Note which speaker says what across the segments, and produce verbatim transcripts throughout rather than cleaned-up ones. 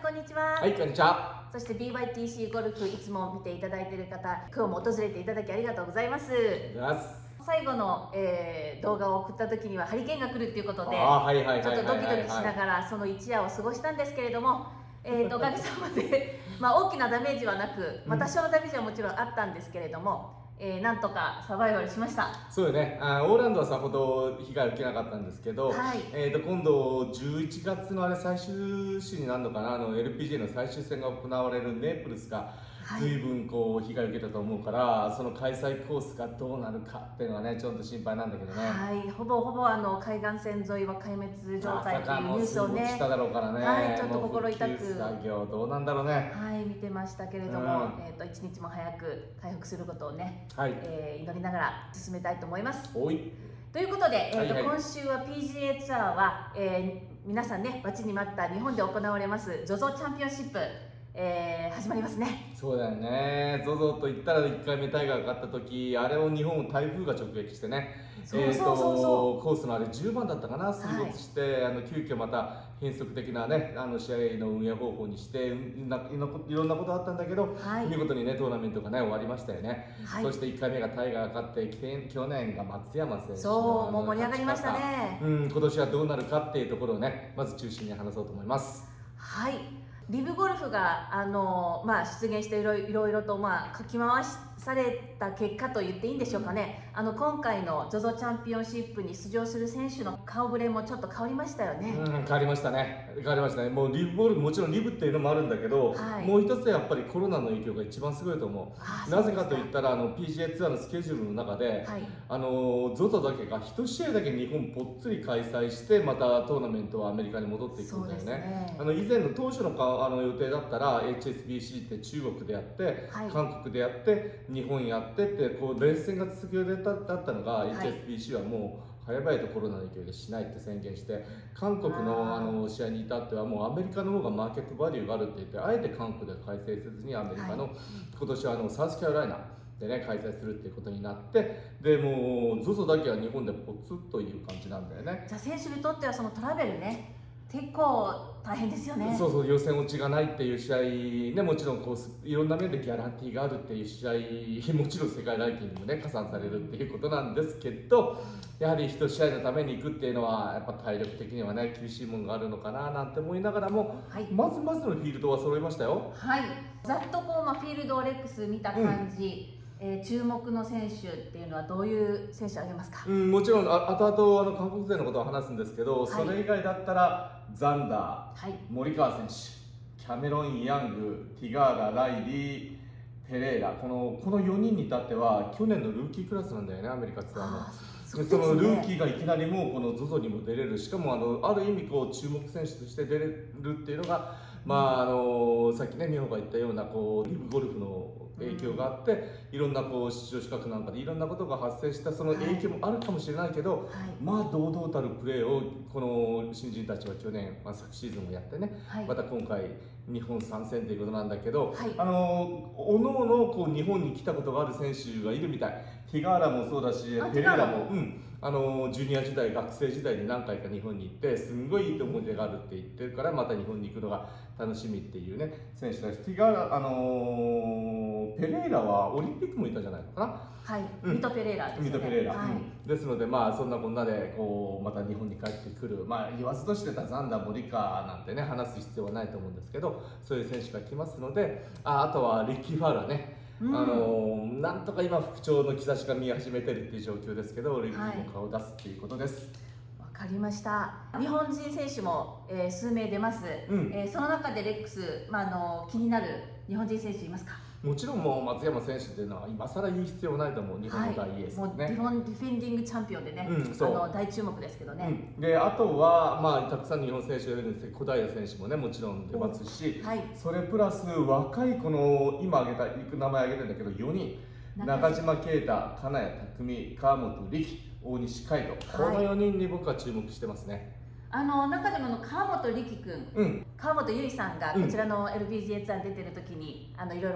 Speaker 1: こんにちは。
Speaker 2: はい、こんにちは。
Speaker 1: そして ビーワイティーシー ゴルフいつも見ていただいている方、今日も訪れていただきありがとうございます。
Speaker 2: ありがとうございます。
Speaker 1: 最後の、えー、動画を送った時にはハリケーンが来るっていうことで、ちょっとドキドキしながらその一夜を過ごしたんですけれども、えーとおかげさまでまあ大きなダメージはなく、まあ、多少のダメージはもちろんあったんですけれども、えー、なんとかサバイバルしました。
Speaker 2: そうよね。あオーランドはさほど被害を受けなかったんですけど、
Speaker 1: はい、
Speaker 2: えー、と今度じゅういちがつのあれ最終週になるのかな、あの エルピージェー の最終戦が行われるネープルスが随分こう被害を受けたと思うから、その開催コースがどうなるかっていうのはねちょっと心配なんだけどね。
Speaker 1: はい、ほぼほぼあの海岸線沿いは壊滅状態というニュースをね、
Speaker 2: しただろうからね、
Speaker 1: はい、ちょっと心痛く
Speaker 2: 作業どうなんだろうね、
Speaker 1: はい、見てましたけれども、うん、えーと一日も早く回復することをね、はい、えー、祈りながら進めたいと思います。
Speaker 2: おい
Speaker 1: ということで、えーと
Speaker 2: はいはい、
Speaker 1: 今週は ピージーエー ツアーは、えー、皆さんね待ちに待った日本で行われます ゾゾ チャンピオンシップ、えー、始まりますね。
Speaker 2: そうだよね。 ゾゾ と言ったらいっかいめタイガーが勝った時、あれを日本を台風が直撃してね、
Speaker 1: そうそうそうそう、
Speaker 2: コースのあれじゅうばんだったかな、水没して、はい、あの急遽また変則的なねあの試合の運営方法にしていろんなことあったんだけど、はい、見事にねトーナメントがね終わりましたよね、はい、そしていっかいめがタイガーが勝って、去年が松山選手、
Speaker 1: そうもう盛り上がりましたね。
Speaker 2: うん、今年はどうなるかっていうところをねまず中心に話そうと思います。
Speaker 1: はい、リブゴルフがあの、まあ、出現していろいろいろと、まあ、かき回された結果と言っていいんでしょうかね、あの今回の ゾゾ チャンピオンシップに出場する選手の顔ぶれもちょっと変わりましたよね。
Speaker 2: うん、変わりましたね、変わりましたね。もうリブゴルフ、もちろんリブっていうのもあるんだけど、はい、もう一つはやっぱりコロナの影響が一番すごいと思う。なぜかといったらあの ピージーエー ツアーのスケジュールの中で、はい、あの ゾゾ だけがいち試合だけ日本ぽっつり開催して、またトーナメントはアメリカに戻っていくんだよね。ね、あの以前の当初のかあの予定だったら エイチエスビーシー って中国でやって、はい、韓国でやって日本やってってこう連戦が続く予定だったのが、はい、エイチエスビーシー はもう早々とコロナの影響でしないって宣言して、韓国のあの試合に至ってはもうアメリカの方がマーケットバリューがあるって言って、あえて韓国で開催せずにアメリカの、はい、今年はあのサウスカロライナでね開催するっていうことになって、でもう ゾゾ だけは日本でポツッという感じなんだよね。
Speaker 1: じゃあ選手にとってはそのトラベルね結構大変ですよね。
Speaker 2: そうそう、予選落ちがないっていう試合ね、もちろんこういろんな面でギャランティーがあるっていう試合、もちろん世界ランキングもね加算されるっていうことなんですけど、やはり一試合のために行くっていうのはやっぱ体力的にはね厳しいものがあるのかななんて思いながらも、はい、まずまずのフィールドは揃いましたよ。
Speaker 1: はい、ざっとこう、まあ、フィールドレックス見た感じ、うん、えー、注目の選手っていうのはどういう選手あげますか？
Speaker 2: うん、もちろんあ後々あの韓国勢のことは話すんですけど、はい、それ以外だったらザンダー、はい、森川選手、キャメロン・ヤング、ティガーラ、ライリー、ペレーラ、このこのよにんに至っては去年のルーキークラスなんだよね、アメリカツアーの。そ, そのルーキーがいきなりもうこの ゾゾ にも出れる、しかもあのある意味こう注目選手として出れるっていうのが、まああのさっきね美穂が言ったようなこうリブゴルフの影響があって、いろんなこう出場資格なんかでいろんなことが発生した、その影響もあるかもしれないけど、はい、まあ堂々たるプレーをこの新人たちは去年、まあ、昨シーズンもやってね、はい、また今回日本参戦ということなんだけど、はい、あのおのおのこう日本に来たことがある選手がいるみたい。ティガーラもそうだし、ペレーラも、うん、あのジュニア時代、学生時代に何回か日本に行ってすんごいいい思い出があるって言ってるから、また日本に行くのが楽しみっていうね選手だし、ティガーラ、あのー、ペレーラはオリンピックもいたじゃないのかな。
Speaker 1: はい、うん、ミトペレーラですね。
Speaker 2: ミトペレーラ、はい、うん、ですのでまあそんなこんなでこうまた日本に帰ってくる、まあ言わずとしてたザンダー、森川なんてね話す必要はないと思うんですけど、そういう選手が来ますので、ああとはリッキー・ファウラーね。うん、あのなんとか今復調の兆しが見始めてるっていう状況ですけど、リッキーも顔を出すっていうことです。
Speaker 1: わかりました。日本人選手も、えー、数名出ます、うん、えー、その中でレックス、まあ、あの気になる日本人選手いますか？
Speaker 2: もちろんもう松山選手っていうのは今更言う必要ないと思う、日本の大エースですね、はい、もう
Speaker 1: ディフォンディフェンディングチャンピオンでね、うん、あの大注目ですけどね、
Speaker 2: うん、であとは、まあ、たくさんの日本選手がいるんですけど、小平選手もねもちろん出ますし、はい、それプラス若いこの今挙げた名前挙げてるんだけどよにん、中島啓太、金谷拓実、川本力、大西海斗、はい、このよにんに僕は注目してますね。
Speaker 1: あの中でもの川本力君、うん、川本結衣さんがこちらの エルピージーエー ツアーに出てる時に、うん、あのいろいろ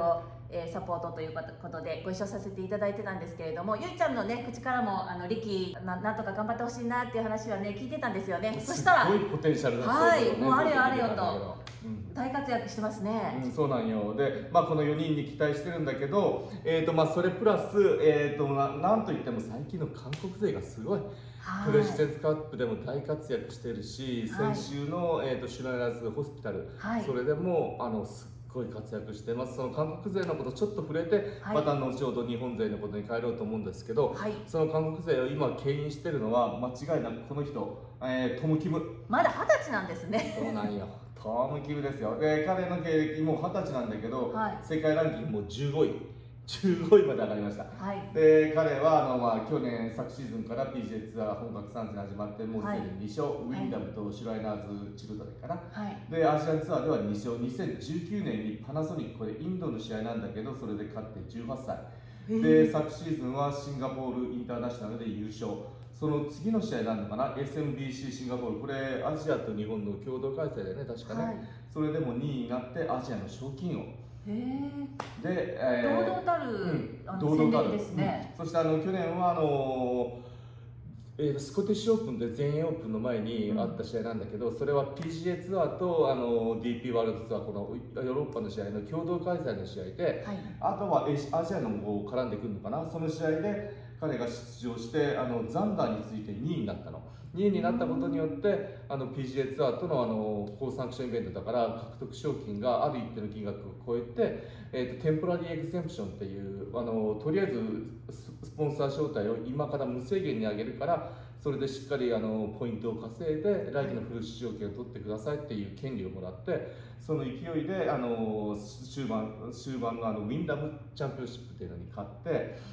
Speaker 1: えー、サポートということでご一緒させていただいてたんですけれども、ゆいちゃんのね口からもあのリキななんとか頑張ってほしいなっていう話はね聞いてたんですよね。そしたら
Speaker 2: すごいポテンシャルだった
Speaker 1: はい、
Speaker 2: よね。
Speaker 1: もうあれよあれよと、
Speaker 2: うん、
Speaker 1: 大活躍してますね。
Speaker 2: うん、そうなんよ。で、まあ、このよにんに期待してるんだけど、えーとまあ、それプラス、えーとな、なんといっても最近の韓国勢がすごい。プレシテツカップでも大活躍してるし、はい、先週の、えーとシュライナーズホスピタル、はい、それでもあのすっごい活躍してます。その韓国勢のことちょっと触れて、はい、また後ほど日本勢のことに帰ろうと思うんですけど、はい、その韓国勢を今牽引してるのは間違いなくこの人、えー、トム・キム。
Speaker 1: まだ二十歳なんですね。
Speaker 2: そうなんよ。トム・キムですよ。で彼の経歴も二十歳なんだけど、はい、世界ランキングもじゅうごい。じゅうごいまで上がりました、はい、で彼はあの、まあ、去年昨シーズンから ピージェー ツアー本格参戦始まってもうすでにに勝、はい、ウィンダムとシュライナーズチルドレンかな、はい、でアジアンツアーではに勝、にせんじゅうきゅうねんにパナソニック、これインドの試合なんだけどそれで勝ってじゅうはっさいで、昨シーズンはシンガポールインターナショナルで優勝。その次の試合なのかな、 エスエムビーシー シンガポール、これアジアと日本の共同開催だよね確かね、はい、それでもにいになってアジアの賞金王
Speaker 1: へ
Speaker 2: で、
Speaker 1: えー、堂々たる、うん、あの戦歴ですね、
Speaker 2: うん、そしてあの去年はあのーえー、スコティッシュオープンで全英オープンの前にあった試合なんだけど、うん、それは ピージーエー ツアーとあの ディーピー ワールドツアー、このヨーロッパの試合の共同開催の試合で、はい、あとはアジアの方絡んでくるのかな、その試合で彼が出場してあのザンダーについてにいになったの。にいになったことによってあの ピージーエー ツアーとのあの高サンクションイベントだから獲得賞金がある一定の金額を超えて、えーと、テンポラリーエグゼンプションっていうあのとりあえずスポンサー招待を今から無制限に上げるから、それでしっかりあのポイントを稼いで来季のフル出場権を取ってくださいっていう権利をもらって、その勢いであの終盤終盤のあのウィンダムチャンピオンシップっていうのに勝って、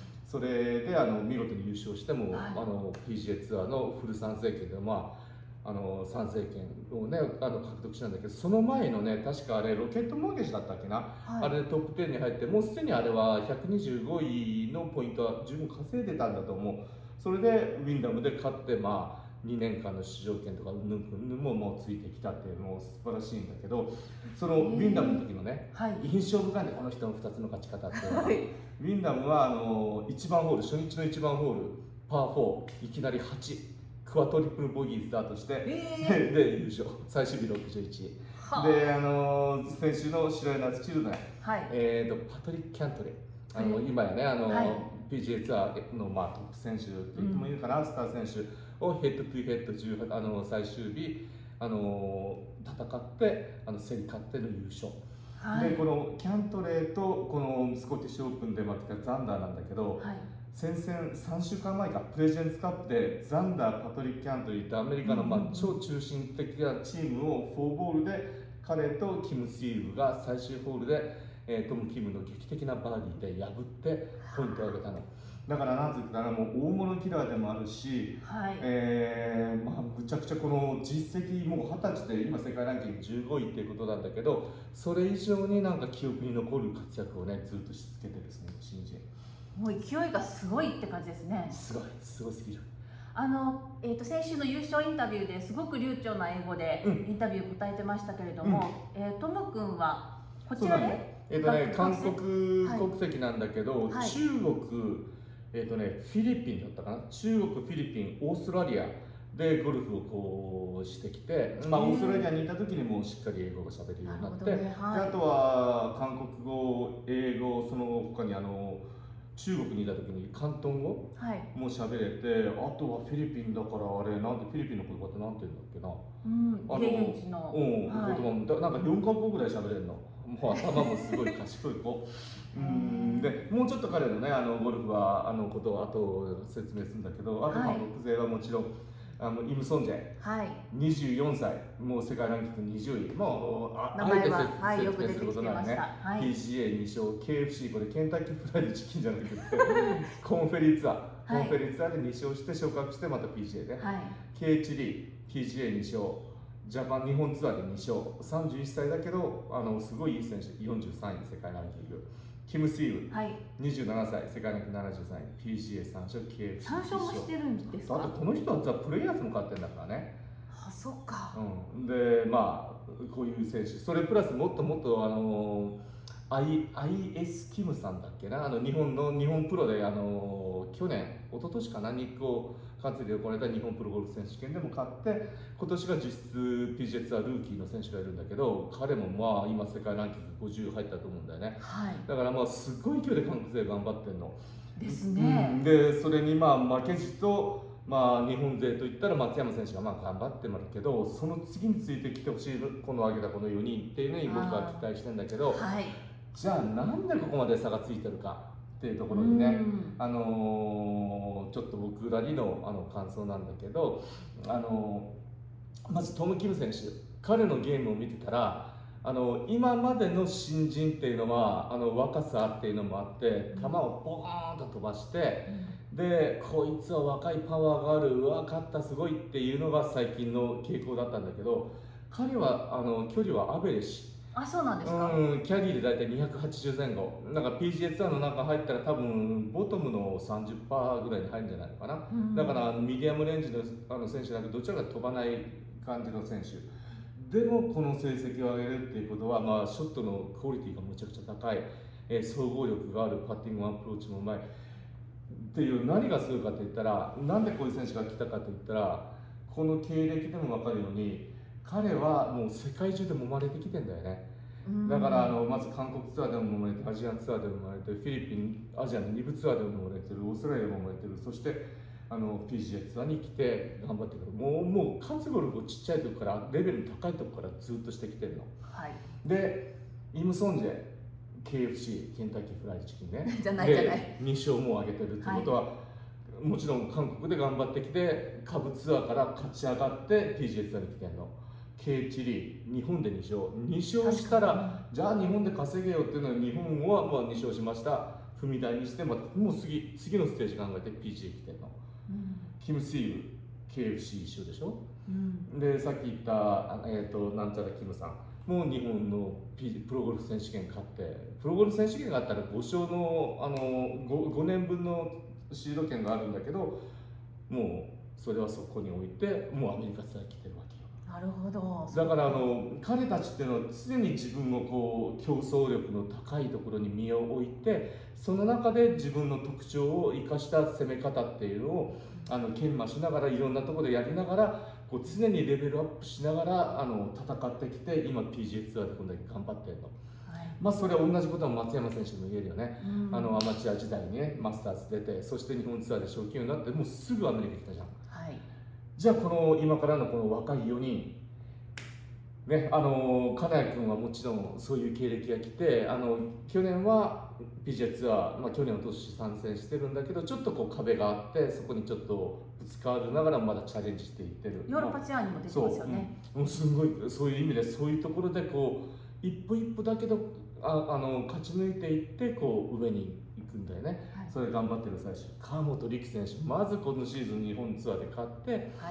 Speaker 2: それであの見事に優勝しても、はい、あの ピージーエー ツアーのフル参戦権で、まあ、あの参戦権を、ね、あの獲得したんだけど、その前のね確かあれロケットモーゲージだったっけな、はい、あれでトップじゅうに入って、もうすでにあれはひゃくにじゅうごいのポイントは十分稼いでたんだと思う。それでウィンダムで勝って、まあにねんかんの出場権とかうんぬんももうついてきたっていうのも素晴らしいんだけど、そのウィンダムの時のね、はい、印象深いねこの人のふたつの勝ち方っていうのは、はい、ウィンダムはあのいちばんホール、初日のいちばんホールパーフォーいきなりはちクワトリプルボギースタートして、えー、で優勝、最終日ろくじゅういちいで、あの先週のシュライナーズチルドレン、はい、えーとパトリック・キャントレー、あの、えー、今やねあの、はい、ピージーエー ツアーの、まあ、トップ選手と言ってもいいかな、うん、スター選手をヘッドトゥヘッドじゅうはちあの最終日あの戦ってあの競り勝っての優勝、はい、でこのキャントレーとこのスコティッシュオープンで負けたザンダーなんだけど、はい、先々さんしゅうかんまえかプレジデンツカップでザンダー、パトリック・キャントレーってアメリカの、まあ、超中心的なチームをフォーボールで彼とキム・シールが最終ホールで、えー、トム・キムの劇的なバーディーで破ってポイントを上げたの。だからなんていうかな、もう大物キラーでもあるし、はい、えー、まあ、むちゃくちゃこの実績もうはたちで今世界ランキングじゅうごいっていうことなんだけど、それ以上になんか記憶に残る活躍をねずっとし続けてですね、新人
Speaker 1: もう勢いがすごいって感じですね。
Speaker 2: すごいすごすぎる。
Speaker 1: あの、えー、と先週の優勝インタビューですごく流暢な英語でインタビュー答えてましたけれども、うん、えー、トム君はこちらで、
Speaker 2: えーとね、韓国国籍なんだけど、はい、中国、えーとね、フィリピンだったかな、中国、フィリピン、オーストラリアでゴルフをこうしてきて、まあ、オーストラリアにいた時にもしっかり英語がしゃべるようになって、ね、はい、であとは韓国語、英語、その他にあの中国にいた時に広東語もしゃべれて、はい、あとはフィリピンだからあれなんでフィリピンの言葉ってなんて言うんだっけな、
Speaker 1: うん、あの現地の、
Speaker 2: うん、はい、言葉もだなんかよんカ国ぐらいしゃべれるの。もう頭もすごい賢い子うんで、もうちょっと彼のねあのゴルフはあのことを後説明するんだけど、あと韓国勢はもちろん、あのイム・ソンジェ、はい、にじゅうよんさい、もう世界ランキングにじゅうい、もうあえて説明することならね、はい、ピージーエーに 勝、ケーエフシー、これケンタッキーフライドチキンじゃなくてコンフェリーツアー、コンフェリーツアーでに勝して昇格してまた ピージーエー で、はい、ケーエイチディー、ピージーエーに 勝、ジャパン日本ツアーでに勝、さんじゅういっさいだけどあのすごいいい選手、よんじゅうさんい世界ランキング、キム・スイール、はい、にじゅうななさい世界ランキングななじゅうさんい、ピージーエーさん 勝、ケーエフシー
Speaker 1: さん勝もしてるんですか。
Speaker 2: あとこの人はザ・プレイヤーズも勝ってるんだからね。
Speaker 1: あ、そっか、
Speaker 2: うん、でまあこういう選手、それプラスもっともっとあのアイエス キムさんだっけな、あの日本の日本プロであの去年一昨年かな日光カンツリーで行われた日本プロゴルフ選手権でも勝って、今年が実質 ピージーエー ツアールーキーの選手がいるんだけど、彼もまあ今世界ランキングごじゅう入ったと思うんだよね、
Speaker 1: はい、
Speaker 2: だからまあすごい勢いで韓国勢頑張ってんの
Speaker 1: ですね、
Speaker 2: うん、でそれにまあ負けじと、まあ、日本勢といったら松山選手がまあ頑張ってもらうけど、その次についてきてほしいこの挙げたこのよにんっていうのに僕は期待してるんだけど、
Speaker 1: はい、
Speaker 2: じゃあなんでここまで差がついてるかっていうところにね、あのー、ちょっと僕らにのあの感想なんだけど、あのー、まずトム・キム選手、彼のゲームを見てたら、あの今までの新人っていうのはあの若さっていうのもあって球をボーンと飛ばして、うん、でこいつは若いパワーがある、うわ勝ったすごいっていうのが最近の傾向だったんだけど、彼はあの距離はアベレージ、
Speaker 1: あ、そうなんですか、
Speaker 2: うん、キャリーで大体にひゃくはちじゅう前後、なんか ピージーエー ツアーの中入ったら多分ボトムの さんじゅっパーセント ぐらいに入るんじゃないのかな、うん、だからミディアムレンジのあの選手なんかどちらか飛ばない感じの選手でもこの成績を上げるっていうことは、まあ、ショットのクオリティがむちゃくちゃ高い、えー、総合力がある、パッティングアプローチもうまいっていう、何がすごいかって言ったら、なんでこういう選手が来たかと言ったら、この経歴でも分かるように彼はもう世界中で揉まれてきてんだよね。だからあのまず韓国ツアーでも揉まれて、アジアンツアーでも揉まれて、フィリピンアジアのに部ツアーでも揉まれてる、オーストラリアでも揉まれてる、そしてあの ピージーエー ツアーに来て頑張ってくる、もうもう勝つゴルフをちっちゃい時からレベルの高いところからずっとしてきてるの、はい、でイム・ソンジェ ケーエフシー ケンタッキーフライドチキンね
Speaker 1: じゃないじゃない
Speaker 2: に勝も挙げてるってことは、はい、もちろん韓国で頑張ってきて下部ツアーから勝ち上がって ピージーエー ツアーに来てるの。K チリ日本でに勝に勝したら、じゃあ日本で稼げよっていうのは、日本はまあに勝しました、踏み台にして、またもう次次のステージ考えて ピージーエー 来てるの、うん、キム・シーブ ケーエフシー 一緒でしょ、うん、でさっき言った、えー、となんちゃらキムさんもう日本の P プロゴルフ選手権勝って、プロゴルフ選手権があったらご勝の、あの 5, 5年分のシード権があるんだけど、もうそれはそこに置いて、もうアメリカツアー来てるわけよ。
Speaker 1: なるほど。
Speaker 2: だからあの彼たちっていうのは常に自分のこう競争力の高いところに身を置いて、その中で自分の特徴を生かした攻め方っていうのをあの研磨しながら、いろんなところでやりながら、こう常にレベルアップしながらあの戦ってきて、今 ピージーエー ツアーでこんだけ頑張ってるの、はい、まあそれは同じことは松山選手にも言えるよね、うん、あのアマチュア時代にねマスターズ出て、そして日本ツアーで賞金になって、もうすぐアメリカ来たじゃん、はい、じゃあこの今からのこの若いよにんね、あの金谷君はもちろんそういう経歴が来て、あの去年は ピージーエー ツアー、まあ、去年の年参戦してるんだけど、ちょっとこう壁があって、そこにちょっとぶつかりながらまだチャレンジしていってる。
Speaker 1: ヨーロッパツアーにも出てますよね。
Speaker 2: そう、うん、もうすごいそういう意味で、そういうところでこう一歩一歩だけどああの勝ち抜いていってこう上に行くんだよね、はい、それ頑張ってる最初、川本力選手、まず今シーズン日本ツアーで勝って、はい、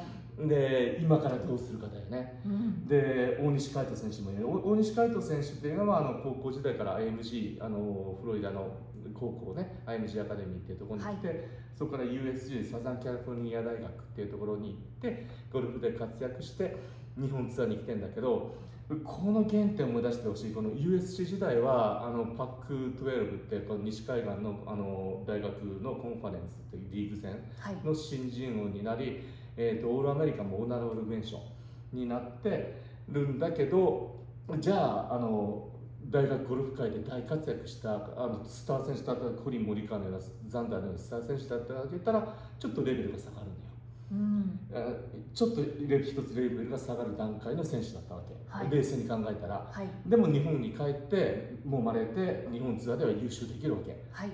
Speaker 2: で今からどうするかだよね、うん、で大西海斗選手もいる。大西海斗選手っていうのはあの高校時代から アイエムジー あのフロリダの高校ね アイエムジー アカデミーっていうところに来て、はい、そこから ユーエスジー サザンキャリフォルニア大学っていうところに行ってゴルフで活躍して日本ツアーに来てんだけど、この原点を思い出してほしい。この ユーエスジー 時代はあのパックじゅうにってこの西海岸のあの大学のコンファレンスっていうリーグ戦の新人王になり、はい、えー、とオールアメリカンもオーナラブルメンションになってるんだけど、じゃああの大学ゴルフ界で大活躍したあのスター選手だったらコリン・モリカーのようなザンダーのようなスター選手だったらって言ったらちょっとレベルが下がるんだよ、うん、ちょっと一つレベルが下がる段階の選手だったわけ、はい、冷静に考えたら、はい、でも日本に帰ってもまれて日本ツアーでは優勝できるわけ、はい、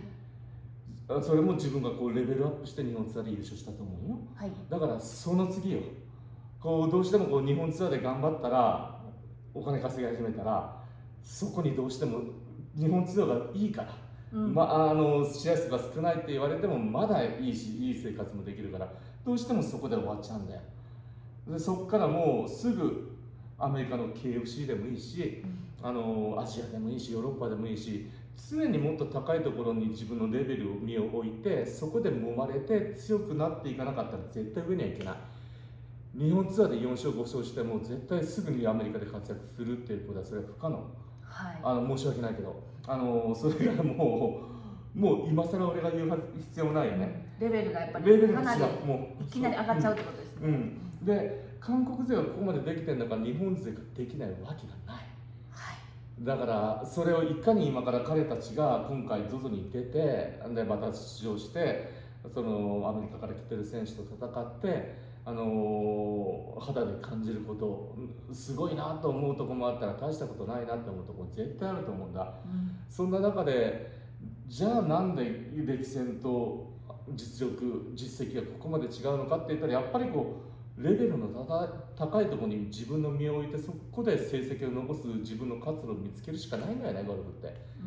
Speaker 2: それも自分がこうレベルアップして日本ツアーで優勝したと思うよ、はい、だからその次よ、こうどうしてもこう日本ツアーで頑張ったらお金稼ぎ始めたらそこにどうしても日本ツアーがいいから、うん、まあ、あの試合数が少ないって言われてもまだいいしいい生活もできるからどうしてもそこで終わっちゃうんだよ。でそこからもうすぐアメリカの ケーエフシー でもいいし、うん、あのアジアでもいいしヨーロッパでもいいし、常にもっと高いところに自分のレベルを身を置いてそこで揉まれて強くなっていかなかったら絶対上にはいけない。日本ツアーでよん勝ご勝しても絶対すぐにアメリカで活躍するっていうことはそれは不可能、は
Speaker 1: はい、
Speaker 2: あの申し訳ないけど、あのそれがもうもう今更俺が言う必要ないよね。
Speaker 1: レベルがやっぱり
Speaker 2: レベルが
Speaker 1: かなり
Speaker 2: もう
Speaker 1: いきなり上がっちゃうってことですね。
Speaker 2: うん、うん、で韓国勢がここまでできてるんだから日本勢ができないわけがない、
Speaker 1: はい、
Speaker 2: だからそれをいかに今から彼たちが今回 ゾゾ に出てでまた出場してそのアメリカから来てる選手と戦ってあのー、肌で感じることすごいなと思うところもあったら大したことないなって思うところ絶対あると思うんだ、うん、そんな中でじゃあなんで歴戦と実力実績がここまで違うのかって言ったらやっぱりこうレベルの高いところに自分の身を置いてそこで成績を残す自分の活路を見つけるしかないんだよねゴルフって、うん、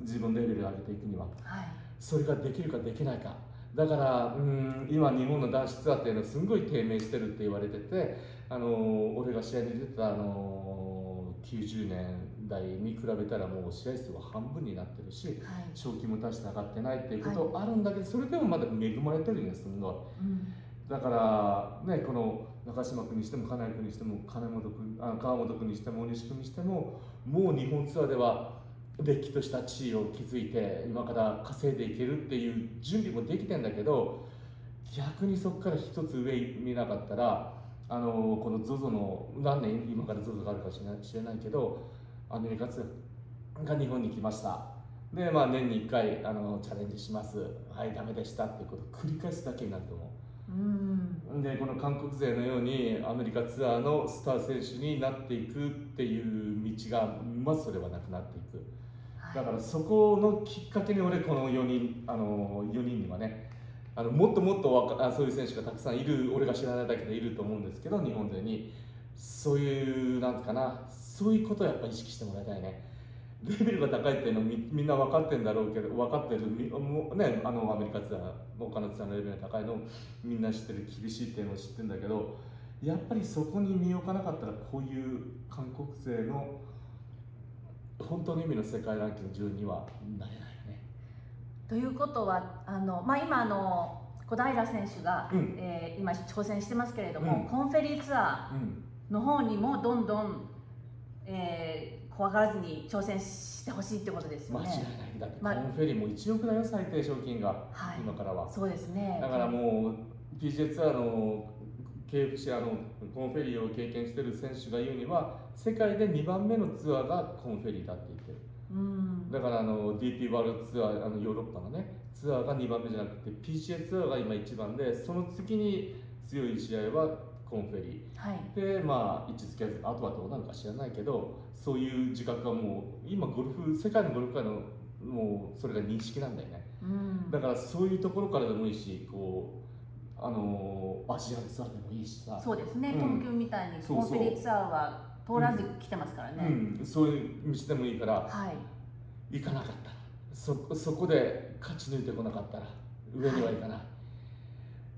Speaker 2: 自分レベルを上げていくには、はい、それができるかできないかだからうん今日本の男子ツアーっていうのはすごい低迷してるって言われててあの俺が試合に出てたあのきゅうじゅうねんだいに比べたらもう試合数は半分になってるし、はい、賞金も大して上がってないっていうことあるんだけど、はい、それでもまだ恵まれてるんですすごい、うん、だからねこの中島君にしても金井君にしても金本君あ川本君にしても大西君にしてももう日本ツアーではれっきとした地位を築いて今から稼いでいけるっていう準備もできてんだけど逆にそこから一つ上見なかったらあのこの ゾゾ の何年今から ゾゾ があるかもしれない、知れないけどアメリカツアーが日本に来ましたで、まあ、年にいっかいあのチャレンジしますはいダメでしたっていうことを繰り返すだけになると思ううんでこの韓国勢のようにアメリカツアーのスター選手になっていくっていう道がまずそれはなくなっていくだからそこのきっかけに俺このよにんあのよにんにはねあのもっともっとわかそういう選手がたくさんいる俺が知らないだけでいると思うんですけど日本勢にそういうなんていうかなそういうことをやっぱり意識してもらいたいねレベルが高いっていうのを み, みんな分かってるんだろうけど分かってるも、ね、あのアメリカツアー他のツアーのレベルが高いのをみんな知ってる厳しいっていうのを知ってるんだけどやっぱりそこに身を置かなかったらこういう韓国勢の本当の意味の世界ランキングじゅうにはなれないよね。
Speaker 1: ということはあの、まあ、今あの小平選手が、うんえー、今挑戦してますけれども、うん、コンフェリーツアーの方にもどんどん、えー、怖がらずに挑戦してほしいってことですよね。
Speaker 2: 間違いないだって、ま、コンフェリーもいちおくだよ最低賞金が、はい、今からは。
Speaker 1: そうですね。
Speaker 2: だからもう ピージェー ツアーの経営者のコンフェリーを経験している選手が言うには世界でにばんめのツアーがコンフェリーだって言ってる、うん、だからあの ディーピー ワールドツアーあのヨーロッパのねツアーがにばんめじゃなくて ピージェー ツアーが今いちばんでその次に強い試合はコンフェリー、はい、でまあ位置づけあとはどうなるか知らないけどそういう自覚はもう今ゴルフ世界のゴルフ界のもうそれが認識なんだよね、うん、だからそういうところからでもいいしこうあのアジアツアーでもいいしさ
Speaker 1: そうですね、うん、東京みたいにコンフェリーツアーは通らず来てますからね、
Speaker 2: うんうん、そういう道でもいいから、はい、行かなかったら そ, そこで勝ち抜いてこなかったら上にはいかない、はい、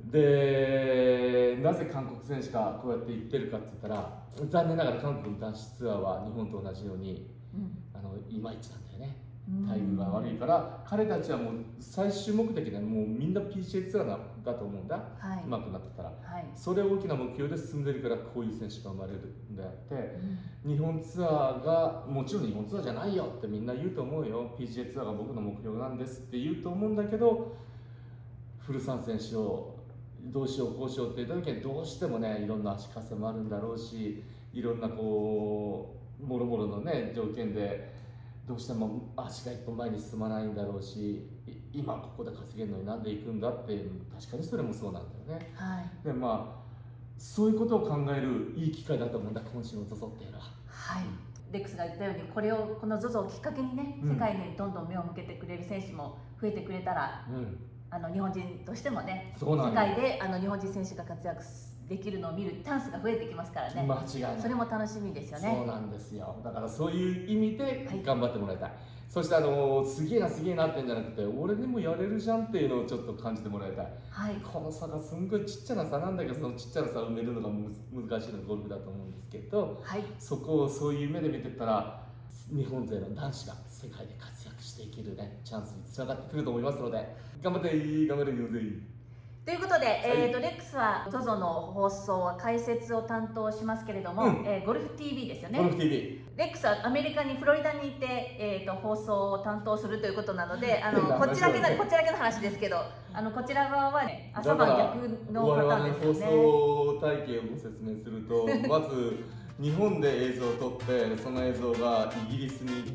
Speaker 2: でなぜ韓国選手がこうやって行ってるかって言ったら残念ながら韓国の男子ツアーは日本と同じように、うん、あのいまいちなんだよね待遇が悪いから彼たちはもう最終目的でもうみんな ピージェー ツアーだと思うんだ、はい、うまくなってたら、はい、それを大きな目標で進んでるからこういう選手が生まれるんであって、うん、日本ツアーがもちろん日本ツアーじゃないよってみんな言うと思うよ ピージェー ツアーが僕の目標なんですって言うと思うんだけどフルサン選手をどうしようこうしようって言った時にどうしてもねいろんな足かせもあるんだろうしいろんなこうもろもろのね条件でどうしても足が一本前に進まないんだろうし今ここで稼げるのになんで行くんだって確かにそれもそうなんだよね、はい、でまあそういうことを考えるいい機会だと思うんだ今週の ゾゾ っていうのは
Speaker 1: はい、レックスが言ったようにこれをこの ゾゾ をきっかけにね、うん、世界にどんどん目を向けてくれる選手も増えてくれたら、うん、あの日本人としてもね世界であの日本人選手が活躍できるのを見るチャンスが増えてきますからね。
Speaker 2: 間違いない。
Speaker 1: それも楽しみですよね。
Speaker 2: そうなんですよ。だからそういう意味で頑張ってもらいたい。はい、そしてあのすげえなすげえなってんじゃなくて俺にもやれるじゃんっていうのをちょっと感じてもらいたい。はい、この差がすんごいちっちゃな差なんだけどそのちっちゃな差を埋めるのがむ難しいのがゴルフだと思うんですけど、はい、そこをそういう目で見てたら日本勢の男子が世界で活躍していけるねチャンスにつながってくると思いますので頑張って頑張れよぜ。
Speaker 1: ということで、はい、えーとレックスは ゾゾ の放送は解説を担当しますけれども、うん、えー、ゴルフ ティービー ですよね。
Speaker 2: ゴルフ ティービー。
Speaker 1: レックスはアメリカにフロリダにいて、えー、と放送を担当するということなので、あのこっちだけのこっちだけの話ですけど、あのこちら側はね、朝晩逆のパターンですよね。
Speaker 2: 放送体系をご説明すると、まず日本で映像を撮って、その映像がイギリスに行って、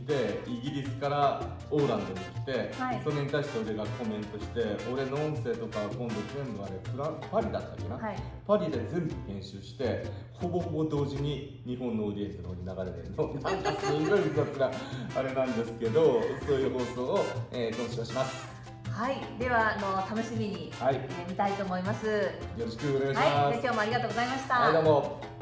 Speaker 2: イギリスからオーランドに来て、はい、それに対して俺がコメントして、俺の音声とか今度全部あれフラパリだったっけな、はい、パリで全部編集して、ほぼほぼ同時に日本のオーディエンスの方に流れてるの。なんかすごい雑なあれなんですけど、そういう放送を、えー、今週はします。
Speaker 1: はい、ではあの楽しみに、はい、えー、見たいと思います。よ
Speaker 2: ろしくお願いします。
Speaker 1: はい、で今日もありがとうございました。
Speaker 2: はい、どうも。